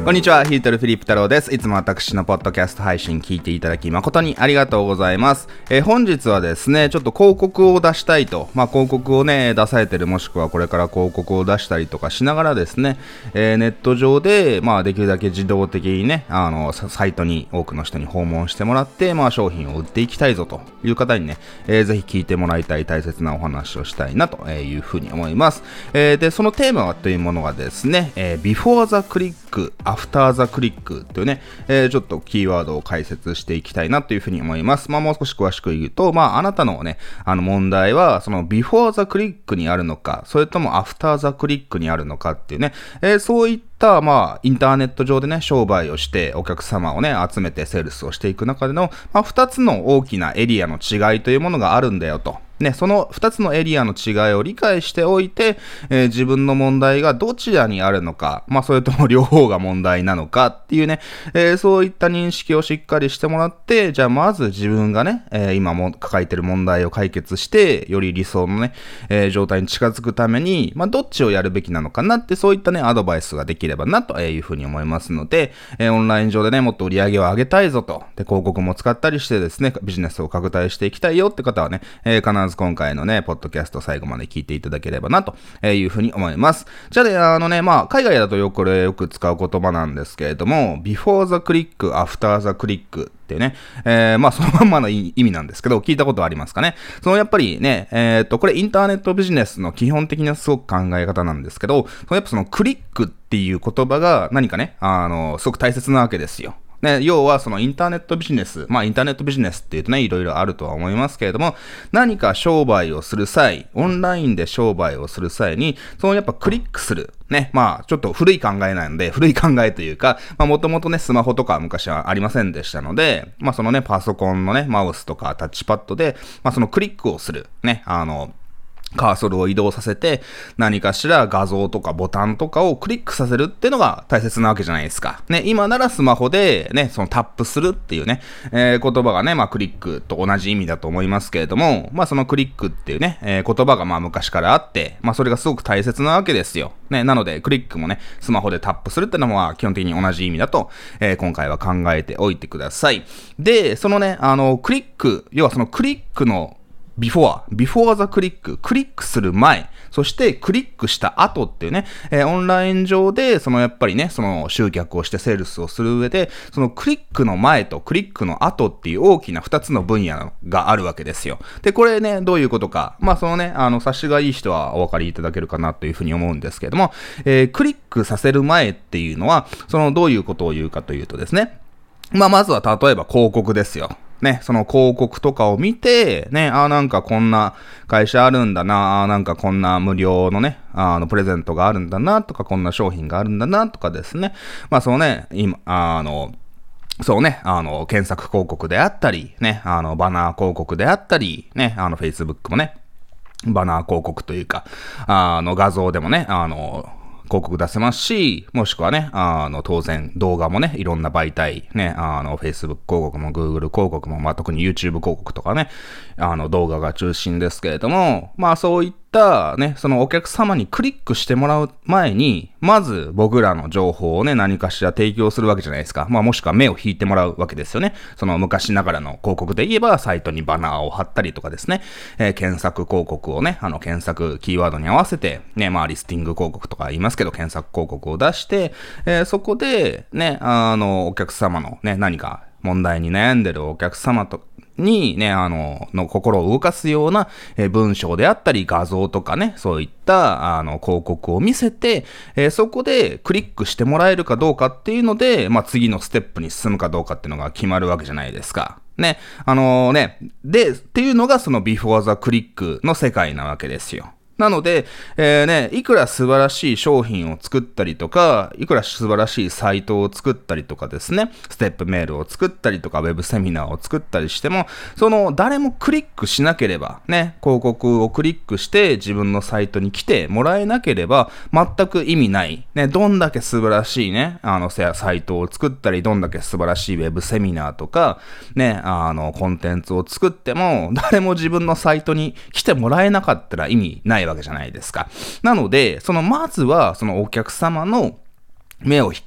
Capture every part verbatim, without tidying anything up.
こんにちは、ヒートルフィリップ太郎です。いつも私のポッドキャスト配信聞いていただき誠にありがとうございます。えー、本日はですね、ちょっと広告を出したいと、まあ広告をね、出されてる、もしくはこれから広告を出したりとかしながらですね、えー、ネット上で、まあできるだけ自動的にね、あの、サイトに多くの人に訪問してもらって、まあ商品を売っていきたいぞという方にね、えー、ぜひ聞いてもらいたい大切なお話をしたいなというふうに思います。えー、で、そのテーマはというものがですね、えー、Before the Click、After the Click というね、えー、ちょっとキーワードを解説していきたいなというふうに思います。まあもう少し詳しく言うと、まああなたのね、あの問題は、その Before the Click にあるのか、それとも After the Click にあるのかっていうね、えー、そういったまあインターネット上でね、商売をしてお客様をね、集めてセールスをしていく中での、まあ二つの大きなエリアの違いというものがあるんだよと。ね、その二つのエリアの違いを理解しておいて、えー、自分の問題がどちらにあるのか、まあそれとも両方が問題なのかっていうね、えー、そういった認識をしっかりしてもらって、じゃあまず自分がね、えー、今も抱えている問題を解決して、より理想のね、えー、状態に近づくために、まあどっちをやるべきなのかなって、そういったね、アドバイスができればなというふうに思いますので、えー、オンライン上でね、もっと売り上げを上げたいぞと、で、広告も使ったりしてですね、ビジネスを拡大していきたいよって方はね、えー、必ず今回のね、ポッドキャスト最後まで聞いていただければなというふうに思います。じゃあね、あのね、まあ、海外だとよくこれよく使う言葉なんですけれども、before the click, after the click ってね、えー、まあ、そのまんまの意味なんですけど、聞いたことありますかね。そのやっぱりね、えっと、これインターネットビジネスの基本的なすごく考え方なんですけど、そのやっぱそのクリックっていう言葉が何かね、あの、すごく大切なわけですよ。ね、要はそのインターネットビジネス、まあインターネットビジネスっていうとね、いろいろあるとは思いますけれども、何か商売をする際、オンラインで商売をする際に、そのやっぱクリックする。ね、まあちょっと古い考えなので、古い考えというか、まあもともとね、スマホとか昔はありませんでしたので、まあそのね、パソコンのね、マウスとかタッチパッドで、まあそのクリックをする。ね、あの、カーソルを移動させて何かしら画像とかボタンとかをクリックさせるっていうのが大切なわけじゃないですか。ね、今ならスマホでね、そのタップするっていうね、えー、言葉がね、まあクリックと同じ意味だと思いますけれども、まあそのクリックっていうね、えー、言葉がまあ昔からあって、まあそれがすごく大切なわけですよ。ね、なのでクリックもね、スマホでタップするっていうのは基本的に同じ意味だと、えー、今回は考えておいてください。で、そのね、あの、クリック、要はそのクリックのbefore, before the click, クリックする前、そしてクリックした後っていうね、えー、オンライン上で、そのやっぱりね、その集客をしてセールスをする上で、そのクリックの前とクリックの後っていう大きな二つの分野があるわけですよ。で、これね、どういうことか。まあ、そのね、あの、察しがいい人はお分かりいただけるかなというふうに思うんですけれども、えー、クリックさせる前っていうのは、そのどういうことを言うかというとですね、まあ、まずは例えば広告ですよ。ね、その広告とかを見て、ね、あ、なんかこんな会社あるんだな、あ、なんかこんな無料のね、あの、プレゼントがあるんだな、とか、こんな商品があるんだな、とかですね。まあ、そのね、今、あの、そうね、あの、検索広告であったり、ね、あの、バナー広告であったり、ね、あの、Facebook もね、バナー広告というか、あの、画像でもね、あの、広告出せますし、もしくはね、あの、当然動画もね、いろんな媒体、ね、あの、Facebook 広告も Google 広告も、まあ、特に YouTube 広告とかね、あの、動画が中心ですけれども、まあ、そういったね、そのお客様にクリックしてもらう前に、まず僕らの情報をね、何かしら提供するわけじゃないですか。まあ、もしくは目を引いてもらうわけですよね。その昔ながらの広告で言えば、サイトにバナーを貼ったりとかですね、えー、検索広告をね、あの、検索キーワードに合わせて、ね、まあ、リスティング広告とか言いますけど、検索広告を出して、えー、そこで、ね、あの、お客様のね、何か問題に悩んでるお客様と、にね、あの、の心を動かすような、えー、文章であったり画像とかね、そういった、あの、広告を見せて、えー、そこでクリックしてもらえるかどうかっていうので、まあ、次のステップに進むかどうかっていうのが決まるわけじゃないですか。ね。あのー、ね。で、っていうのがその Before the Click の世界なわけですよ。なので、えーね、いくら素晴らしい商品を作ったりとか、いくら素晴らしいサイトを作ったりとかですね、ステップメールを作ったりとか、ウェブセミナーを作ったりしても、その誰もクリックしなければ、ね、広告をクリックして自分のサイトに来てもらえなければ、全く意味ない。ね、どんだけ素晴らしいね、あの、サイトを作ったり、どんだけ素晴らしいウェブセミナーとか、ね、あの、コンテンツを作っても、誰も自分のサイトに来てもらえなかったら意味ないわけじゃないですか。なので、そのまずはそのお客様の目を引く。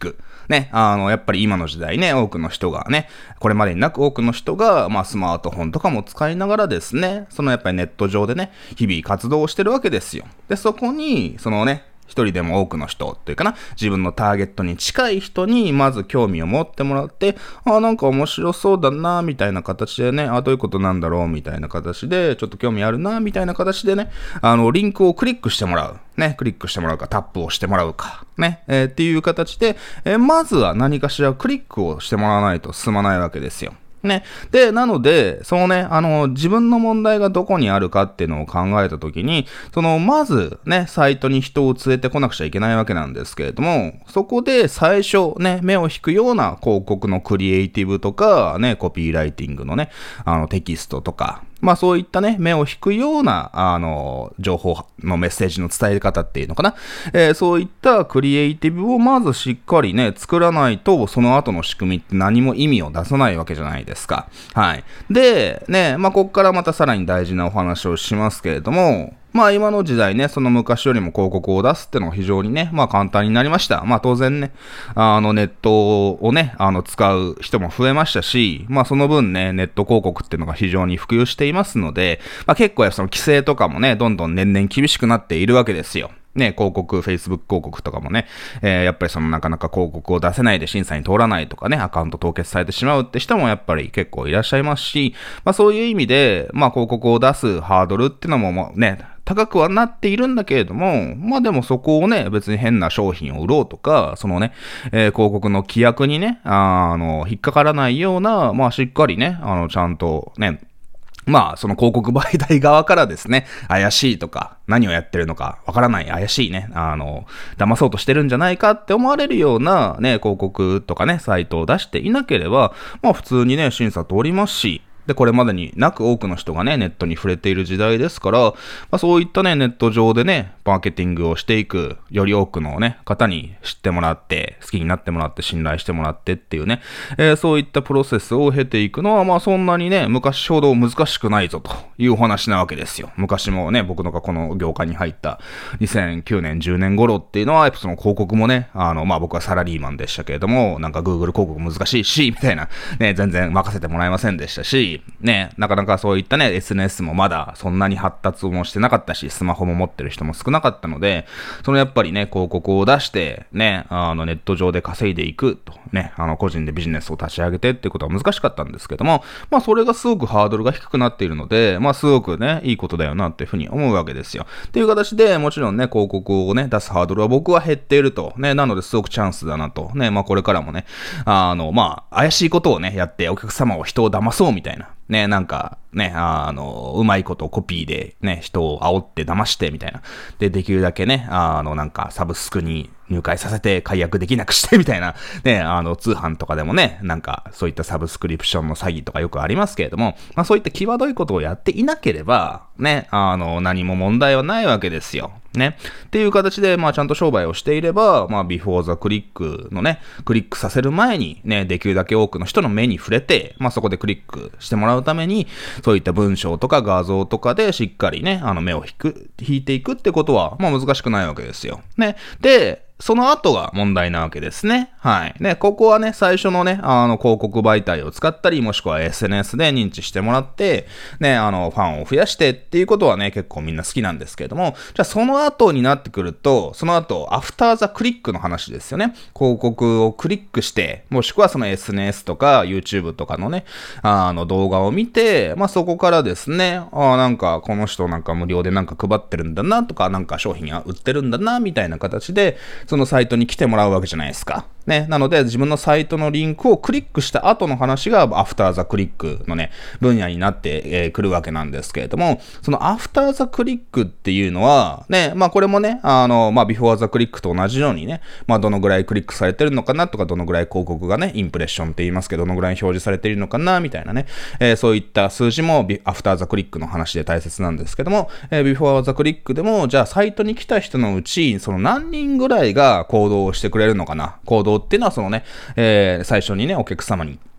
ね、あの、やっぱり今の時代ね、多くの人がね、これまでになく多くの人が、まあ、スマートフォンとかも使いながらですね、そのやっぱりネット上でね、日々活動をしてるわけですよ。で、そこに、そのね、一人でも多くの人っていうかな、自分のターゲットに近い人にまず興味を持ってもらって、あ、なんか面白そうだな、みたいな形でね、あ、どういうことなんだろう、みたいな形で、ちょっと興味あるな、みたいな形でね、あの、リンクをクリックしてもらう。ね、クリックしてもらうか、タップをしてもらうか、ね、えー、っていう形で、えー、まずは何かしらクリックをしてもらわないと進まないわけですよ。ね。で、なので、そのね、あの、自分の問題がどこにあるかっていうのを考えたときに、その、まずね、サイトに人を連れてこなくちゃいけないわけなんですけれども、そこで最初ね、目を引くような広告のクリエイティブとか、ね、コピーライティングのね、あの、テキストとか、まあそういったね、目を引くような、あの、情報のメッセージの伝え方っていうのかな。えー、そういったクリエイティブをまずしっかりね、作らないと、その後の仕組みって何も意味を出さないわけじゃないですか。はい。で、ね、まあここからまたさらに大事なお話をしますけれども、まあ今の時代ね、その昔よりも広告を出すってのは非常にね、まあ簡単になりました。まあ当然ね、あのネットをね、あの使う人も増えましたし、まあその分ね、ネット広告っていうのが非常に普及していますので、まあ結構やその規制とかもね、どんどん年々厳しくなっているわけですよ。ね、広告、Facebook 広告とかもね、えー、やっぱりそのなかなか広告を出せないで審査に通らないとかね、アカウント凍結されてしまうって人もやっぱり結構いらっしゃいますし、まあそういう意味で、まあ広告を出すハードルっていうのももうね、高くはなっているんだけれども、まあでもそこをね、別に変な商品を売ろうとか、そのね、えー、広告の規約にね、あ, あの、引っかからないような、まあしっかりね、あの、ちゃんとね、まあ、その広告媒体側からですね、怪しいとか、何をやってるのかわからない、怪しいね、あの、騙そうとしてるんじゃないかって思われるようなね、広告とかね、サイトを出していなければ、まあ普通にね、審査通りますし、で、これまでになく多くの人がね、ネットに触れている時代ですから、まあ、そういったね、ネット上でね、マーケティングをしていく、より多くのね、方に知ってもらって、好きになってもらって、信頼してもらってっていうね、えー、そういったプロセスを経ていくのは、まあそんなにね、昔ほど難しくないぞというお話なわけですよ。昔もね、僕のがこの業界に入ったにせんきゅうねん、じゅうねん頃っていうのは、やっぱその広告もね、あの、まあ僕はサラリーマンでしたけれども、なんか Google 広告難しいし、みたいな、ね、全然任せてもらえませんでしたし、ね、なかなかそういったね、エスエヌエス もまだそんなに発達もしてなかったし、スマホも持ってる人も少なかったので、そのやっぱりね、広告を出して、ね、あのネット上で稼いでいくと、ね、あの個人でビジネスを立ち上げてっていうことは難しかったんですけども、まあそれがすごくハードルが低くなっているので、まあすごくね、いいことだよなっていうふうに思うわけですよ。っていう形で、もちろんね、広告をね、出すハードルは僕は減っていると、ね、なのですごくチャンスだなと、ね、まあこれからもね、あの、まあ怪しいことをね、やってお客様を人を騙そうみたいな、ね、なんか、ね、あの、うまいことコピーでね、人を煽って騙してみたいな。で、できるだけね、あの、なんかサブスクに入会させて解約できなくしてみたいな。ね、あの、通販とかでもね、なんかそういったサブスクリプションの詐欺とかよくありますけれども、まあそういった際どいことをやっていなければ、ね、あの、何も問題はないわけですよ。ね。っていう形で、まあちゃんと商売をしていれば、まあビフォーザクリックのね、クリックさせる前にね、できるだけ多くの人の目に触れて、まあそこでクリックしてもらうために、そういった文章とか画像とかでしっかりね、あの目を引く、引いていくってことは、まあ難しくないわけですよ。ね。で、その後が問題なわけですね。はい。ね、ここはね、最初のね、あの、広告媒体を使ったり、もしくは エスエヌエス で認知してもらって、ね、あの、ファンを増やしてっていうことはね、結構みんな好きなんですけれども、じゃあその後になってくると、その後、アフターザクリックの話ですよね。広告をクリックして、もしくはその エスエヌエス とか YouTube とかのね、あの、動画を見て、まあ、そこからですね、あなんか、この人なんか無料でなんか配ってるんだなとか、なんか商品売ってるんだな、みたいな形で、そのサイトに来てもらうわけじゃないですか。ね。なので、自分のサイトのリンクをクリックした後の話が、アフターザクリックのね、分野になってく、えー、るわけなんですけれども、そのアフターザクリックっていうのは、ね、まあこれもね、あの、まあビフォーザクリックと同じようにね、まあどのぐらいクリックされてるのかなとか、どのぐらい広告がね、インプレッションって言いますけど、どのぐらい表示されているのかな、みたいなね、えー、そういった数字もアフターザクリックの話で大切なんですけども、えー、ビフォーザクリックでも、じゃあサイトに来た人のうち、その何人ぐらいが行動をしてくれるのかな。行動っていうのはそのね、えー、最初にね、お客様に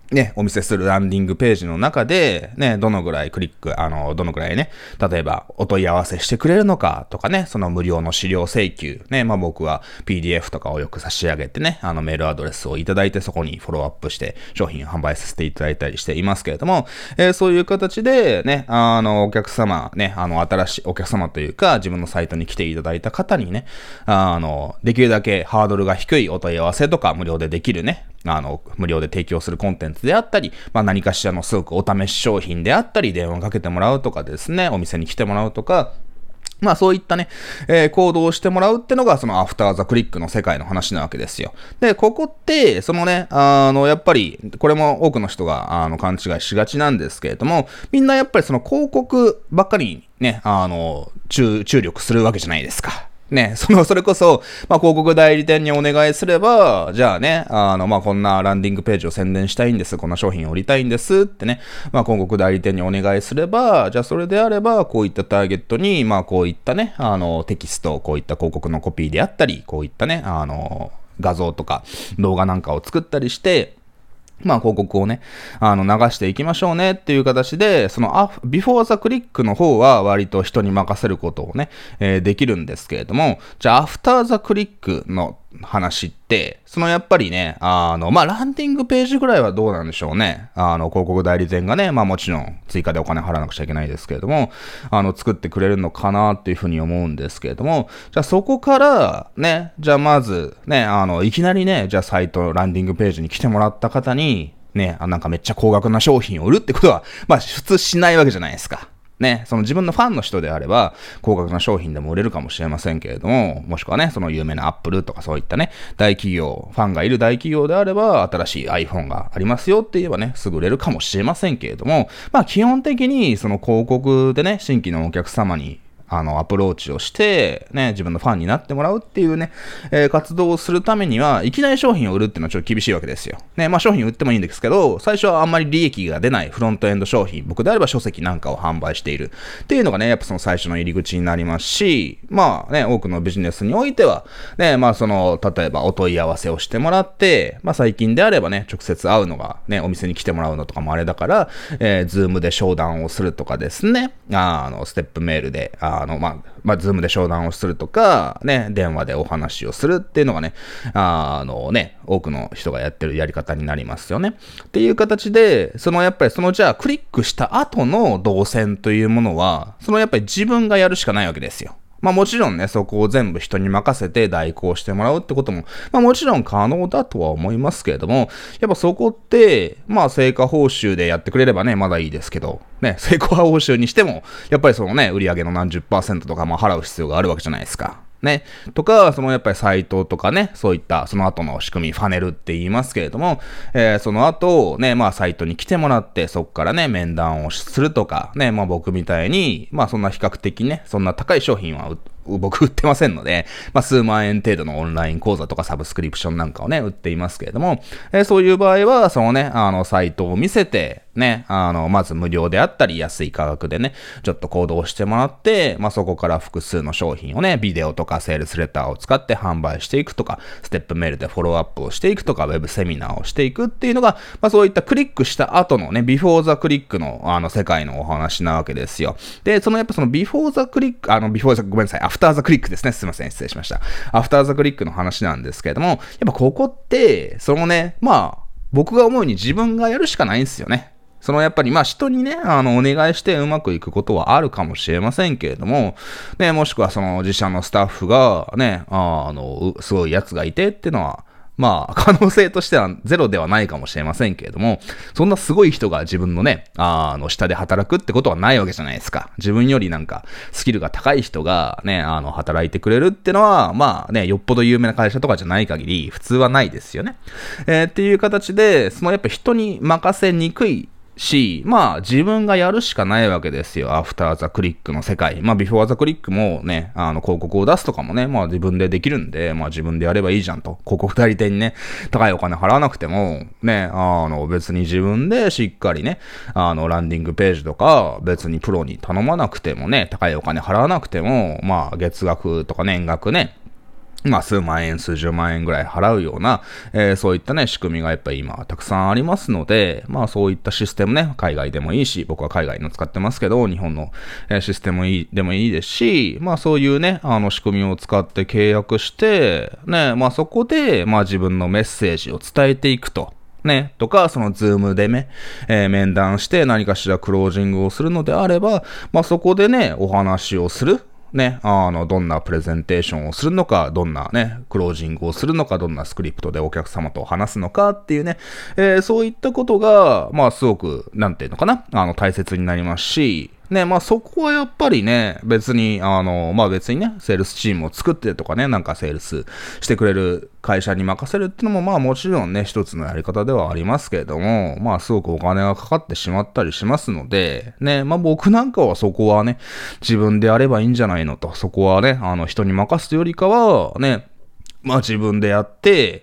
ね、お見せするランディングページの中で、ね、どのぐらいクリック、あの、どのぐらいね、例えばお問い合わせしてくれるのかとかね、その無料の資料請求、ね、まあ僕は ピーディーエフ とかをよく差し上げてね、あのメールアドレスをいただいてそこにフォローアップして商品を販売させていただいたりしていますけれども、えー、そういう形でね、あの、お客様、ね、あの、新しいお客様というか、自分のサイトに来ていただいた方にね、あの、できるだけハードルが低いお問い合わせとか無料でできるね、あの、無料で提供するコンテンツであったり、まあ何かしらのすごくお試し商品であったり、電話かけてもらうとかですね、お店に来てもらうとか、まあそういったね、えー、行動をしてもらうってのがそのアフターザクリックの世界の話なわけですよ。で、ここって、そのね、あの、やっぱり、これも多くの人が、あの、勘違いしがちなんですけれども、みんなやっぱりその広告ばっかりね、あの、注、注力するわけじゃないですか。ね、その、それこそ、まあ、広告代理店にお願いすれば、じゃあね、あの、まあ、こんなランディングページを宣伝したいんです、こんな商品を売りたいんですってね、まあ、広告代理店にお願いすれば、じゃあそれであれば、こういったターゲットに、まあ、こういったね、あの、テキスト、こういった広告のコピーであったり、こういったね、あの、画像とか動画なんかを作ったりして、まあ広告をね、あの流していきましょうねっていう形で、そのビフォーザクリックの方は割と人に任せることをね、えー、できるんですけれども、じゃあアフターザクリックの話って、そのやっぱりね、あの、まあランディングページぐらいはどうなんでしょうね。あの、広告代理店がね、まあもちろん追加でお金払わなくちゃいけないですけれども、あの、作ってくれるのかなっていうふうに思うんですけれども、じゃあそこからね、じゃあまずね、あの、いきなりね、じゃあサイト、ランディングページに来てもらった方に、ね、なんかめっちゃ高額な商品を売るってことは、まあ普通しないわけじゃないですか。ね、その自分のファンの人であれば、高額な商品でも売れるかもしれませんけれども、もしくはね、その有名なアップルとかそういったね、大企業、ファンがいる大企業であれば、新しい iPhone がありますよって言えばね、すぐ売れるかもしれませんけれども、まあ基本的にその広告でね、新規のお客様に、あの、アプローチをして、ね、自分のファンになってもらうっていうね、えー、活動をするためには、いきなり商品を売るっていうのはちょっと厳しいわけですよ。ね、まあ商品売ってもいいんですけど、最初はあんまり利益が出ないフロントエンド商品、僕であれば書籍なんかを販売しているっていうのがね、やっぱその最初の入り口になりますし、まあね、多くのビジネスにおいては、ね、まあその、例えばお問い合わせをしてもらって、まあ最近であればね、直接会うのがね、お店に来てもらうのとかもあれだから、えー、ズームで商談をするとかですね、あの、ステップメールで、あの、まあ、まあ、ズームで商談をするとか、ね、電話でお話をするっていうのがね、あのね、多くの人がやってるやり方になりますよね。っていう形で、そのやっぱりそのじゃあクリックした後の動線というものは、そのやっぱり自分がやるしかないわけですよ。まあもちろんね、そこを全部人に任せて代行してもらうってことも、まあもちろん可能だとは思いますけれども、やっぱそこって、まあ成果報酬でやってくれればね、まだいいですけど、ね、成果報酬にしても、やっぱりそのね、売上の何十パーセントとかまあ払う必要があるわけじゃないですか。ね。とか、そのやっぱりサイトとかね、そういったその後の仕組み、ファネルって言いますけれども、えー、その後、ね、まあサイトに来てもらって、そこからね、面談をするとか、ね、まあ僕みたいに、まあそんな比較的ね、そんな高い商品は僕売ってませんので、まあ数万円程度のオンライン講座とかサブスクリプションなんかをね、売っていますけれども、えー、そういう場合は、そのね、あの、サイトを見せて、ね、あの、まず無料であったり、安い価格でね、ちょっと行動してもらって、まあそこから複数の商品をね、ビデオとかセールスレターを使って販売していくとか、ステップメールでフォローアップをしていくとか、ウェブセミナーをしていくっていうのが、まあそういったクリックした後のね、ビフォーザクリックのあの世界のお話なわけですよ。で、そのやっぱそのビフォーザクリック、あのビフォーザ、ごめんなさい、アフターザクリックですね。すいません、失礼しました。アフターザクリックの話なんですけれども、やっぱここって、そのね、まあ、僕が思うに自分がやるしかないんですよね。そのやっぱりまあ人にね、あのお願いしてうまくいくことはあるかもしれませんけれども、ね、もしくはその自社のスタッフがね、あの、すごいやつがいてっていうのは、まあ可能性としてはゼロではないかもしれませんけれども、そんなすごい人が自分のね、あの下で働くってことはないわけじゃないですか。自分よりなんかスキルが高い人がね、あの働いてくれるってのは、まあね、よっぽど有名な会社とかじゃない限り普通はないですよね。えー、っていう形で、そのやっぱ人に任せにくいし、まあ自分がやるしかないわけですよ。アフターザクリックの世界。まあビフォーザクリックもね、あの広告を出すとかもね、まあ自分でできるんで、まあ自分でやればいいじゃんと。広告代理店にね、高いお金払わなくても、ね、あの別に自分でしっかりね、あのランディングページとか、別にプロに頼まなくてもね、高いお金払わなくても、まあ月額とか年額ね、 まあ、数万円、数十万円ぐらい払うような、えー、そういったね、仕組みがやっぱり今、たくさんありますので、まあ、そういったシステムね、海外でもいいし、僕は海外の使ってますけど、日本の、えー、システムでもいいですし、まあ、そういうね、あの、仕組みを使って契約して、ね、まあ、そこで、まあ、自分のメッセージを伝えていくと。ね、とか、そのズームでね、えー、面談して何かしらクロージングをするのであれば、まあ、そこでね、お話をする。ね、あの、どんなプレゼンテーションをするのか、どんなね、クロージングをするのか、どんなスクリプトでお客様と話すのかっていうね、えー、そういったことが、まあ、すごく、なんていうのかな、あの、大切になりますし、ね、まあそこはやっぱりね、別に、あの、まあ別にね、セールスチームを作ってとかね、なんかセールスしてくれる会社に任せるっていうのも、まあもちろんね、一つのやり方ではありますけれども、まあすごくお金がかかってしまったりしますので、ね、まあ僕なんかはそこはね、自分でやればいいんじゃないのと、そこはね、あの人に任すよりかは、ね、まあ自分でやって、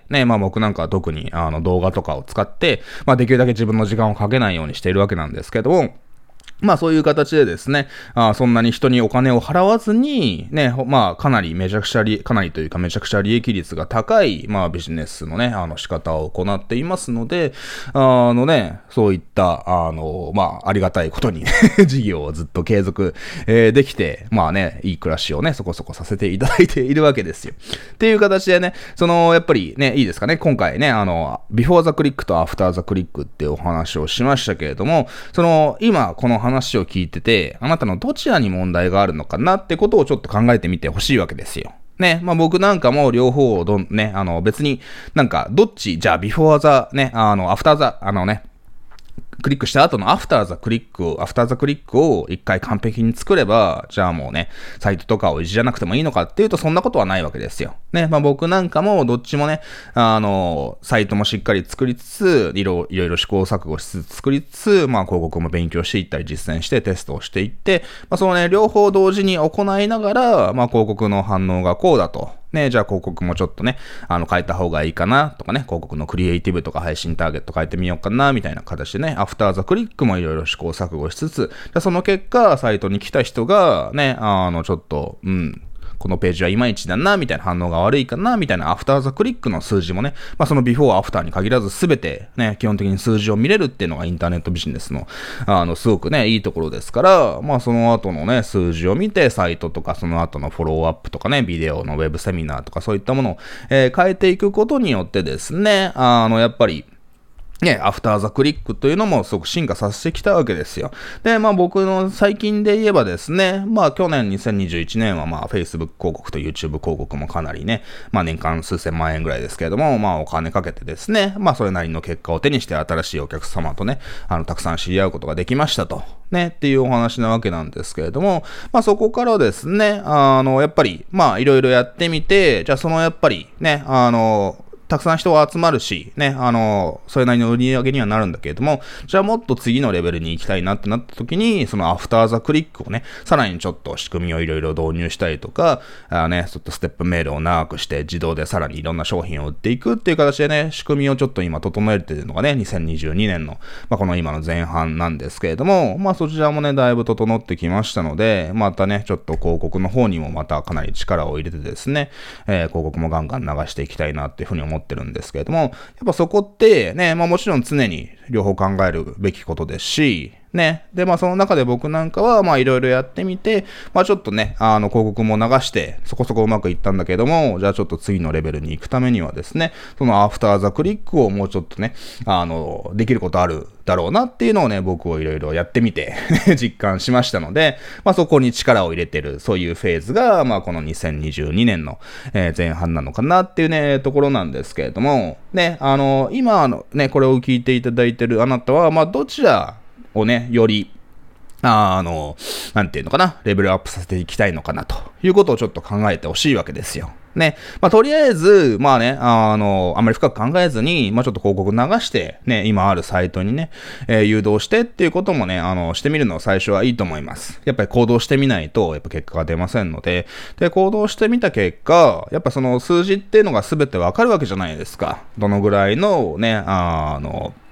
ね、まあ僕なんかは特にあの動画とかを使って、まあできるだけ自分の時間をかけないようにしているわけなんですけども、まあそういう形でですね、あそんなに人にお金を払わずに、ね、まあかなりめちゃくちゃり、かなりというかめちゃくちゃ利益率が高い、まあビジネスのね、あの仕方を行っていますので、あのね、そういった、あの、まあありがたいことに、ね、事業をずっと継続、えー、できて、まあね、いい暮らしをね、そこそこさせていただいているわけですよ。っていう形でね、その、やっぱりね、いいですかね、今回ね、あの、ビフォーザクリックとアフターザクリックっていうお話をしましたけれども、その、今この話話を聞いてて、あなたのどちらに問題があるのかなってことをちょっと考えてみてほしいわけですよ。ね。まあ僕なんかも両方をどん、ね、あの別になんかどっち、じゃあビフォーザ、ね、あの、アフターザ、あのね、クリックした後のアフターザクリックを、アフターザクリックを一回完璧に作れば、じゃあもうね、サイトとかをいじらなくてもいいのかっていうとそんなことはないわけですよ。ね、まあ僕なんかもどっちもね、あの、サイトもしっかり作りつつ、いろいろ試行錯誤しつつ作りつつ、まあ広告も勉強していったり実践してテストをしていって、まあそのね、両方同時に行いながら、まあ広告の反応がこうだと。ね、じゃあ広告もちょっとね、あの変えた方がいいかなとかね、広告のクリエイティブとか配信ターゲット変えてみようかなみたいな形でね、アフターザクリックもいろいろ試行錯誤しつつ、その結果、サイトに来た人がね、あのちょっと、うん、このページはいまいちだな、みたいな反応が悪いかな、みたいなアフターザクリックの数字もね、まあそのビフォーアフターに限らずすべてね、基本的に数字を見れるっていうのがインターネットビジネスの、あの、すごくね、いいところですから、まあその後のね、数字を見て、サイトとかその後のフォローアップとかね、ビデオのウェブセミナーとかそういったものを、えー、変えていくことによってですね、あの、やっぱり、ね、アフターザクリックというのもすごく進化させてきたわけですよ。で、まあ僕の最近で言えばですね、まあ去年にせんにじゅういちねんはまあ Facebook 広告と YouTube 広告もかなりね、まあ年間数千万円ぐらいですけれども、まあお金かけてですね、まあそれなりの結果を手にして新しいお客様とね、あのたくさん知り合うことができましたと。ね、っていうお話なわけなんですけれども、まあそこからですね、あの、やっぱり、まあいろいろやってみて、じゃあそのやっぱりね、あの、たくさん人が集まるし、ね、あの、それなりの売り上げにはなるんだけれども、じゃあもっと次のレベルに行きたいなってなった時に、そのアフターザクリックをね、さらにちょっと仕組みをいろいろ導入したりとか、あね、ちょっとステップメールを長くして自動でさらにいろんな商品を売っていくっていう形でね、仕組みをちょっと今整えているのがね、にせんにじゅうにねんの、まあ、この今の前半なんですけれども、まあそちらもね、だいぶ整ってきましたので、またね、ちょっと広告の方にもまたかなり力を入れてですね、えー、広告もガンガン流していきたいなっていうふうに思ってるんですけれども、やっぱそこってね、まあもちろん常に両方考えるべきことですし、ね。で、まあその中で僕なんかはまあいろいろやってみて、まあちょっとね、あの広告も流してそこそこうまくいったんだけども、じゃあちょっと次のレベルに行くためにはですね、そのアフターザクリックをもうちょっとね、あの、できることあるだろうなっていうのをね、僕をいろいろやってみて実感しましたので、まあそこに力を入れてる、そういうフェーズが、まあこのにせんにじゅうにねんの、えー、前半なのかなっていうね、ところなんですけれども、ね、あの、今のね、これを聞いていただいてるあなたは、まあどちらをね、より、あ, あの、なんていうのかな、レベルアップさせていきたいのかな、ということをちょっと考えてほしいわけですよ。ね。まあ、とりあえず、まあね、あの、あまり深く考えずに、まあ、ちょっと広告流して、ね、今あるサイトにね、えー、誘導してっていうこともね、あの、してみるのは最初はいいと思います。やっぱり行動してみないと、やっぱ結果が出ませんので、で、行動してみた結果、やっぱその数字っていうのが全てわかるわけじゃないですか。どのぐらいのね、あの、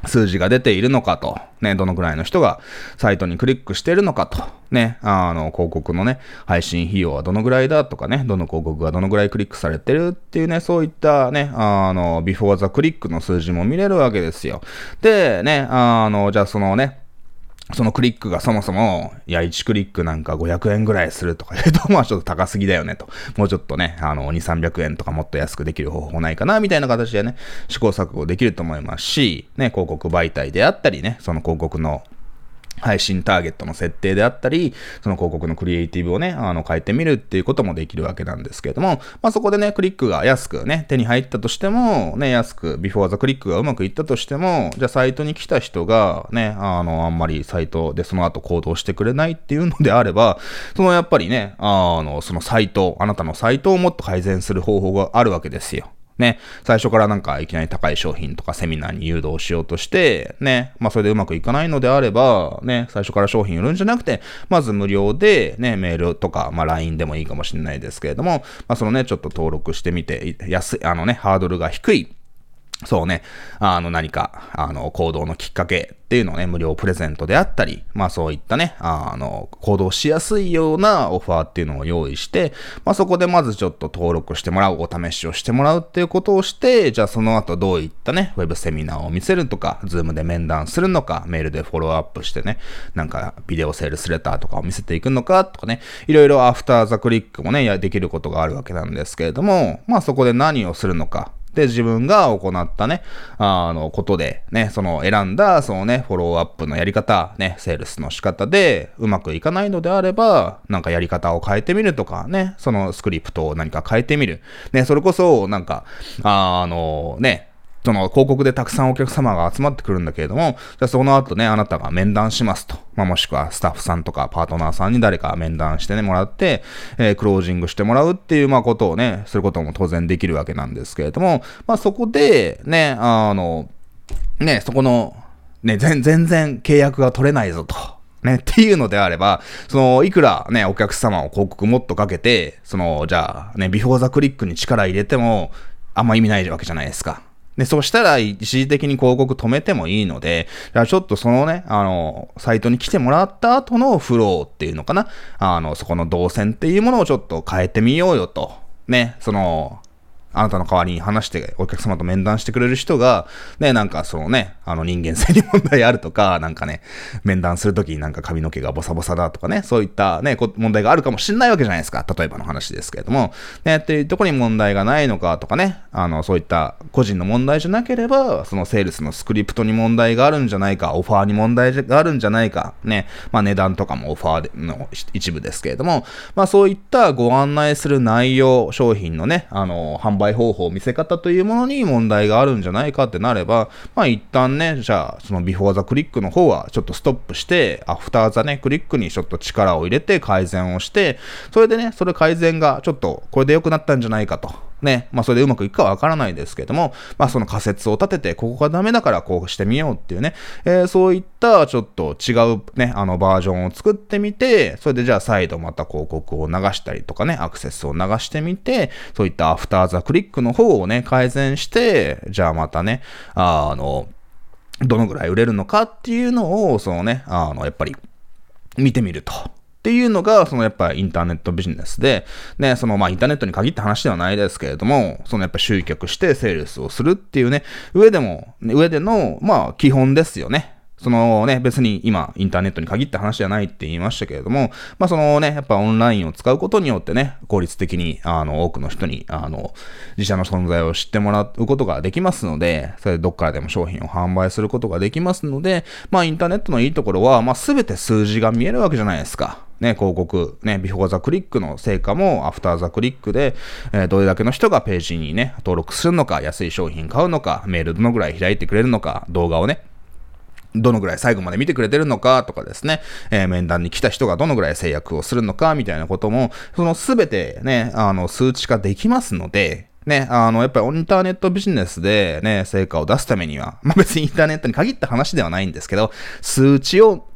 数字が出ているのかと、ね、どのくらいの人がサイトにクリックしているのかと、ね、あの、広告のね、配信費用はどのくらいだとかね、どの広告がどのくらいクリックされてるっていうね、そういったね、あの、ビフォーザクリックの数字も見れるわけですよ。で、ね、あの、じゃあそのね、そのクリックがそもそも、いや、いちクリックなんかごひゃくえんぐらいするとか言うと、まあちょっと高すぎだよねと。もうちょっとね、あの、に、さんびゃくえんとかもっと安くできる方法ないかな、みたいな形でね、試行錯誤できると思いますし、ね、広告媒体であったりね、その広告の配信ターゲットの設定であったり、その広告のクリエイティブをね、あの、変えてみるっていうこともできるわけなんですけれども、まあそこでね、クリックが安くね、手に入ったとしても、ね、安く、ビフォーザクリックがうまくいったとしても、じゃあサイトに来た人がね、あの、あんまりサイトでその後行動してくれないっていうのであれば、そのやっぱりね、あの、そのサイト、あなたのサイトをもっと改善する方法があるわけですよ。ね、最初からなんかいきなり高い商品とかセミナーに誘導しようとして、ね、まあそれでうまくいかないのであれば、ね、最初から商品売るんじゃなくて、まず無料でね、メールとか、まあ ライン でもいいかもしれないですけれども、まあそのね、ちょっと登録してみて、安い、あのね、ハードルが低い、そうね、あの何か、あの行動のきっかけっていうのをね、無料プレゼントであったり、まあそういったね、あの行動しやすいようなオファーっていうのを用意して、まあそこでまずちょっと登録してもらう、お試しをしてもらうっていうことをして、じゃあその後どういったね、ウェブセミナーを見せるとか、ズームで面談するのか、メールでフォローアップしてね、なんかビデオセールスレターとかを見せていくのかとかね、いろいろアフターザクリックもね、やできることがあるわけなんですけれども、まあそこで何をするのか、で、自分が行ったね、あの、ことで、ね、その選んだ、そのね、フォローアップのやり方、ね、セールスの仕方で、うまくいかないのであれば、なんかやり方を変えてみるとか、ね、そのスクリプトを何か変えてみる。ね、それこそ、なんか、あの、ね、その広告でたくさんお客様が集まってくるんだけれども、じゃあその後ね、あなたが面談しますと。まあ、もしくはスタッフさんとかパートナーさんに誰か面談してね、もらって、えー、クロージングしてもらうっていう、まあ、ことをね、することも当然できるわけなんですけれども、まあ、そこで、ね、あの、ね、そこの、ね、全然契約が取れないぞと。ね、っていうのであれば、その、いくらね、お客様を広告もっとかけて、その、じゃあ、ね、ビフォーザクリックに力入れても、あんま意味ないわけじゃないですか。で、そしたら一時的に広告止めてもいいので、じゃあちょっとそのね、あの、サイトに来てもらった後のフローっていうのかな、あの、そこの動線っていうものをちょっと変えてみようよと。ね、その、あなたの代わりに話してお客様と面談してくれる人が、ね、なんかそのね、あの人間性に問題あるとか、なんかね、面談するときになんか髪の毛がボサボサだとかね、そういったね、問題があるかもしれないわけじゃないですか。例えばの話ですけれども、ね、っていうところに問題がないのかとかね、あの、そういった個人の問題じゃなければ、そのセールスのスクリプトに問題があるんじゃないか、オファーに問題があるんじゃないか、ね、まあ値段とかもオファーの一部ですけれども、まあそういったご案内する内容、商品のね、あの、販売方法、見せ方というものに問題があるんじゃないかってなれば、まあ一旦ね、じゃあそのビフォーザクリックの方はちょっとストップして、アフターザね、クリックにちょっと力を入れて改善をして、それでね、それ改善がちょっとこれで良くなったんじゃないかと。ね、まあそれでうまくいくかわからないですけども、まあその仮説を立てて、ここがダメだからこうしてみようっていうね、えー、そういったちょっと違うね、あのバージョンを作ってみて、それでじゃあ再度また広告を流したりとかね、アクセスを流してみて、そういったアフターザクリックの方をね、改善して、じゃあまたね、あの、どのぐらい売れるのかっていうのを、そのね、あの、やっぱり見てみると。っていうのが、そのやっぱインターネットビジネスで、ね、そのまあインターネットに限った話ではないですけれども、そのやっぱ集客してセールスをするっていうね、上でも、上での、まあ基本ですよね。そのね、別に今、インターネットに限った話じゃないって言いましたけれども、まあそのね、やっぱオンラインを使うことによってね、効率的に、あの、多くの人に、あの、自社の存在を知ってもらうことができますので、それでどっからでも商品を販売することができますので、まあインターネットのいいところは、まあすべて数字が見えるわけじゃないですか。ね、広告、ね、ビフォーザクリックの成果もアフターザクリックで、えー、どれだけの人がページにね、登録するのか、安い商品買うのか、メールどのぐらい開いてくれるのか、動画をね、どのぐらい最後まで見てくれてるのかとかですね、えー、面談に来た人がどのぐらい制約をするのかみたいなことも、そのすべてね、あの、数値化できますので、ね、あの、やっぱりインターネットビジネスでね、成果を出すためには、まあ別にインターネットに限った話ではないんですけど、数値を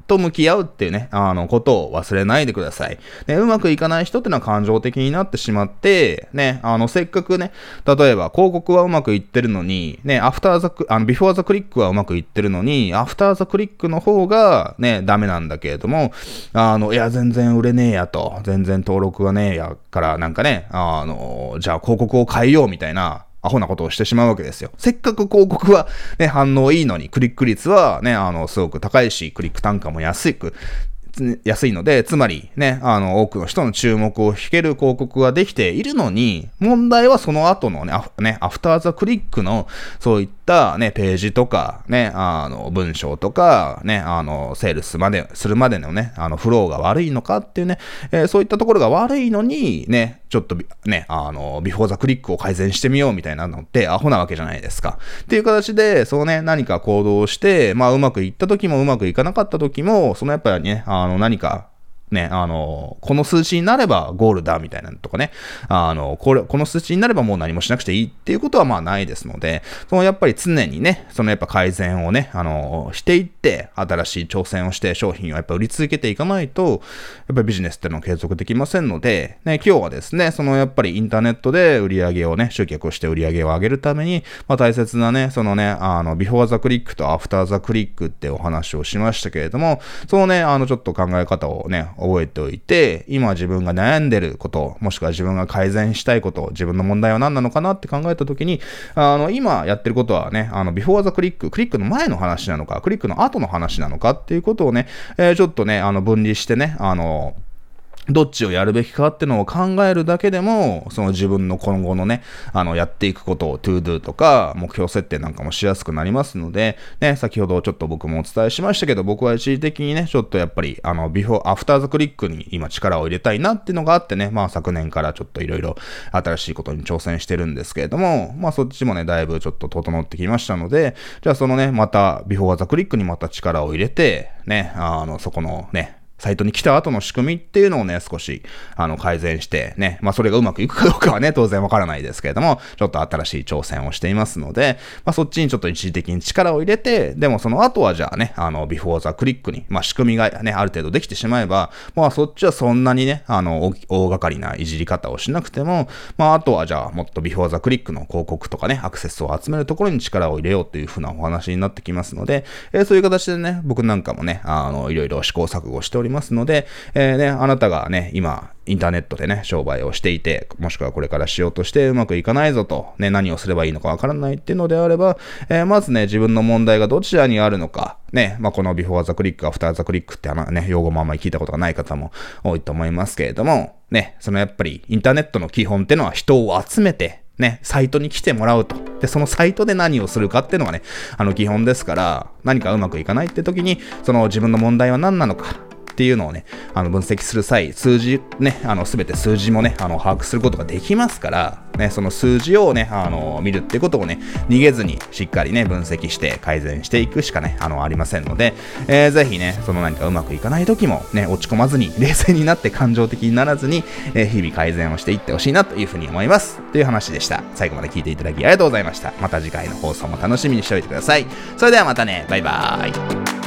と向き合うっていうね、あの、ことを忘れないでください。ね、うまくいかない人ってのは感情的になってしまって、ね、あの、せっかくね、例えば広告はうまくいってるのに、ね、アフターザク、あの、ビフォーザクリックはうまくいってるのに、アフターザクリックの方がね、ダメなんだけれども、あの、いや、全然売れねえやと、全然登録がねえやから、なんかね、あの、じゃあ広告を変えようみたいな、アホなことをしてしまうわけですよ。せっかく広告はね、反応いいのに、クリック率はね、あの、すごく高いし、クリック単価も安く、安いので、つまりね、あの、多くの人の注目を引ける広告ができているのに、問題はその後のね、アフ、ね、アフターザクリックの、そういったね、ページとか、ね、あの、文章とか、ね、あの、セールスまで、するまでのね、あの、フローが悪いのかっていうね、えー、そういったところが悪いのに、ね、ちょっとね、あの、ビフォーザクリックを改善してみようみたいなのってアホなわけじゃないですか。っていう形で、そうね、何か行動して、まあ、うまくいった時もうまくいかなかった時も、そのやっぱりね、あの、何か、ね、あの、この数値になればゴールだみたいなのとかね、あの、これ、この数値になればもう何もしなくていいっていうことはまあないですので、そのやっぱり常にね、そのやっぱ改善をね、あの、していって、新しい挑戦をして商品をやっぱ売り続けていかないと、やっぱりビジネスっていうのは継続できませんので、ね、今日はですね、そのやっぱりインターネットで売り上げをね、集客をして売り上げを上げるために、まあ大切なね、そのね、あの、ビフォーザクリックとアフターザクリックってお話をしましたけれども、そのね、あの、ちょっと考え方をね、覚えておいて、今自分が悩んでること、もしくは自分が改善したいこと、自分の問題は何なのかなって考えたときに、あの、今やってることはね、あの、ビフォーザクリック、クリックの前の話なのか、クリックの後の話なのかっていうことをね、えー、ちょっとね、あの、分離してね、あの、どっちをやるべきかっていうのを考えるだけでも、その自分の今後のね、あの、やっていくことを to do とか、目標設定なんかもしやすくなりますので、ね、先ほどちょっと僕もお伝えしましたけど、僕は一時的にね、ちょっとやっぱり、あの、ビフォー、アフターザクリックに今力を入れたいなっていうのがあってね、まあ昨年からちょっといろいろ新しいことに挑戦してるんですけれども、まあそっちもね、だいぶちょっと整ってきましたので、じゃあそのね、また、ビフォーザクリックにまた力を入れて、ね、あの、そこのね、サイトに来た後の仕組みっていうのをね、少し、あの、改善してね、まあ、それがうまくいくかどうかはね、当然わからないですけれども、ちょっと新しい挑戦をしていますので、まあ、そっちにちょっと一時的に力を入れて、でもその後はじゃあね、あの、ビフォーザクリックに、まあ、仕組みがね、ある程度できてしまえば、まあ、そっちはそんなにね、あの、大, 大掛かりないじり方をしなくても、まあ、あとはじゃあ、もっとビフォーザクリックの広告とかね、アクセスを集めるところに力を入れようっていう風なお話になってきますので、えー、そういう形でね、僕なんかもね、あの、いろいろ試行錯誤しておりますので、えーね、あなたがね、今、インターネットでね、商売をしていて、もしくはこれからしようとしてうまくいかないぞと、ね、何をすればいいのかわからないっていうのであれば、えー、まずね、自分の問題がどちらにあるのか、ね、まあ、このビフォーザクリック、アフターザクリックってね、用語もあんまり聞いたことがない方も多いと思いますけれども、ね、そのやっぱりインターネットの基本ってのは人を集めて、ね、サイトに来てもらうと。で、そのサイトで何をするかっていうのがね、あの基本ですから、何かうまくいかないって時に、その自分の問題は何なのか、っていうのをね、あの分析する際、数字ね、あのすべて数字もね、あの把握することができますから、ね、その数字をね、あの見るってことをね、逃げずにしっかりね、分析して改善していくしかね、あのありませんので、えー、ぜひね、その何かうまくいかない時もね、落ち込まずに、冷静になって感情的にならずに、えー、日々改善をしていってほしいなというふうに思います。という話でした。最後まで聞いていただきありがとうございました。また次回の放送も楽しみにしておいてください。それではまたね、バイバーイ。